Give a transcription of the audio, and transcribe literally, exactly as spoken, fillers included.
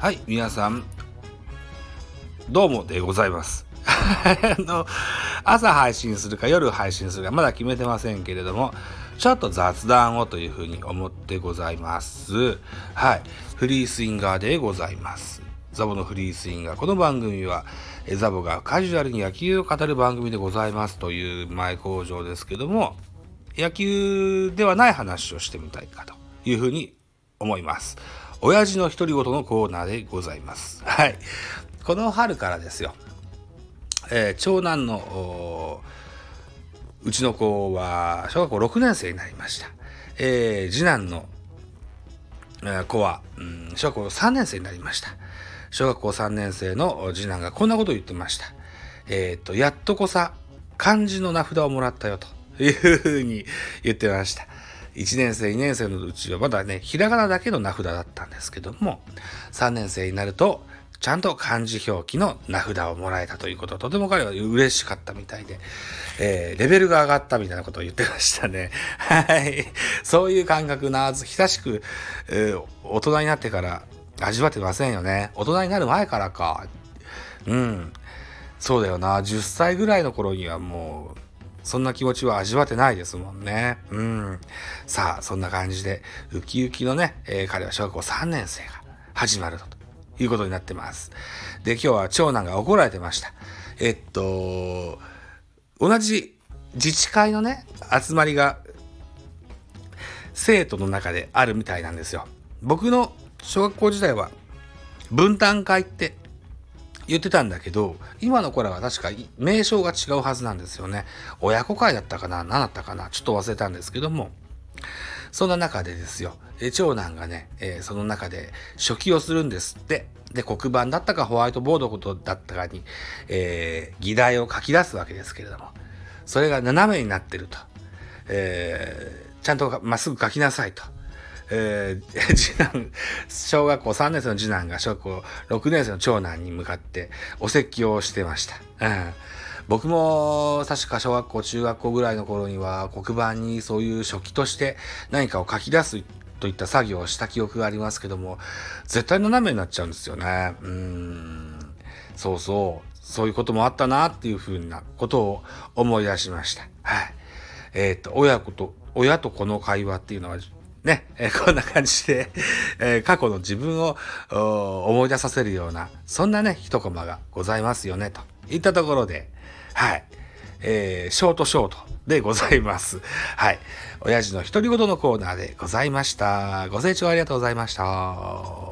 はい、皆さんどうもでございますあの朝配信するか夜配信するかまだ決めてませんけれども、ちょっと雑談をというふうに思ってございます。はい、フリースインガーでございます。ザボのフリースインガー。この番組はザボがカジュアルに野球を語る番組でございますという前工場ですけども、野球ではない話をしてみたいかというふうに思います。親父の独り言のコーナーでございます。はい。この春からですよ。えー、長男のうちの子は小学校ろくねん生になりました。えー、次男の、えー、子は、うん、小学校さんねん生になりました。小学校さんねん生の次男がこんなことを言ってました。えっと、やっとこさ漢字の名札をもらったよというふうに言ってました。いちねん生にねん生のうちはまだねひらがなだけの名札だったんですけども、さんねん生になるとちゃんと漢字表記の名札をもらえたということ、とても彼は嬉しかったみたいで、えー、レベルが上がったみたいなことを言ってましたね。はい、そういう感覚な久しく、えー、大人になってから味わってませんよね。大人になる前からか。うんそうだよな。じゅっさいぐらいの頃にはもうそんな気持ちは味わってないですもんね。うん。さあ、そんな感じで、ウキウキのね、えー、彼は小学校さんねん生が始まるということになってます。で、今日は長男が怒られてました。えっと、同じ自治会のね、集まりが生徒の中であるみたいなんですよ。僕の小学校時代は分担会って言ってたんだけど、今の子らは確か名称が違うはずなんですよね。親子会だったかな、何だったかな、ちょっと忘れたんですけども、そんな中でですよ、長男がね、えー、その中で書記をするんですって。で、黒板だったかホワイトボードだったかに、えー、議題を書き出すわけですけれども、それが斜めになってると、えー、ちゃんとまっすぐ書きなさいと。えー、次男、小学校さんねん生の次男が小学校ろくねん生の長男に向かってお説教をしてました。うん、僕も確か小学校中学校ぐらいの頃には黒板にそういう書記として何かを書き出すといった作業をした記憶がありますけども、絶対斜めになっちゃうんですよね。うーんそうそうそういうこともあったなっていうふうなことを思い出しました。はい。えっと親子と親と子の会話っていうのはね、えー、こんな感じで、えー、過去の自分を思い出させるようなそんなね一コマがございますよねといったところで、はい、えー、ショートショートでございます。はい、親父の独り言のコーナーでございました。ご清聴ありがとうございました。